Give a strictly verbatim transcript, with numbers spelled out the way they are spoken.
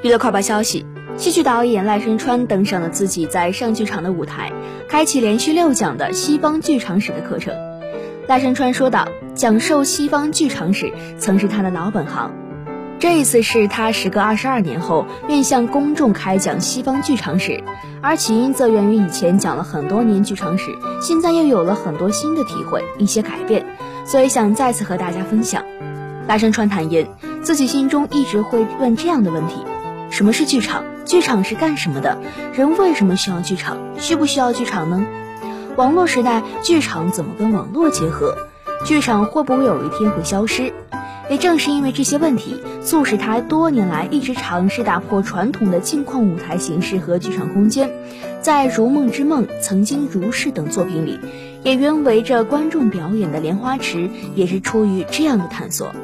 娱乐快报消息，戏剧导演赖声川登上了自己在上剧场的舞台，开启连续六讲的西方剧场史的课程。赖声川说道，讲授西方剧场史曾是他的老本行，这一次是他时隔二十二年后面向公众开讲西方剧场史，而起因则源于以前讲了很多年剧场史，现在又有了很多新的体会，一些改变，所以想再次和大家分享。赖声川坦言，自己心中一直会问这样的问题：什么是剧场？剧场是干什么的？人为什么需要剧场？需不需要剧场呢？网络时代，剧场怎么跟网络结合？剧场会不会有一天会消失？也正是因为这些问题，促使他多年来一直尝试打破传统的镜框舞台形式和剧场空间。在《如梦之梦》、《曾经如是》等作品里，演员围着观众表演的莲花池，也是出于这样的探索。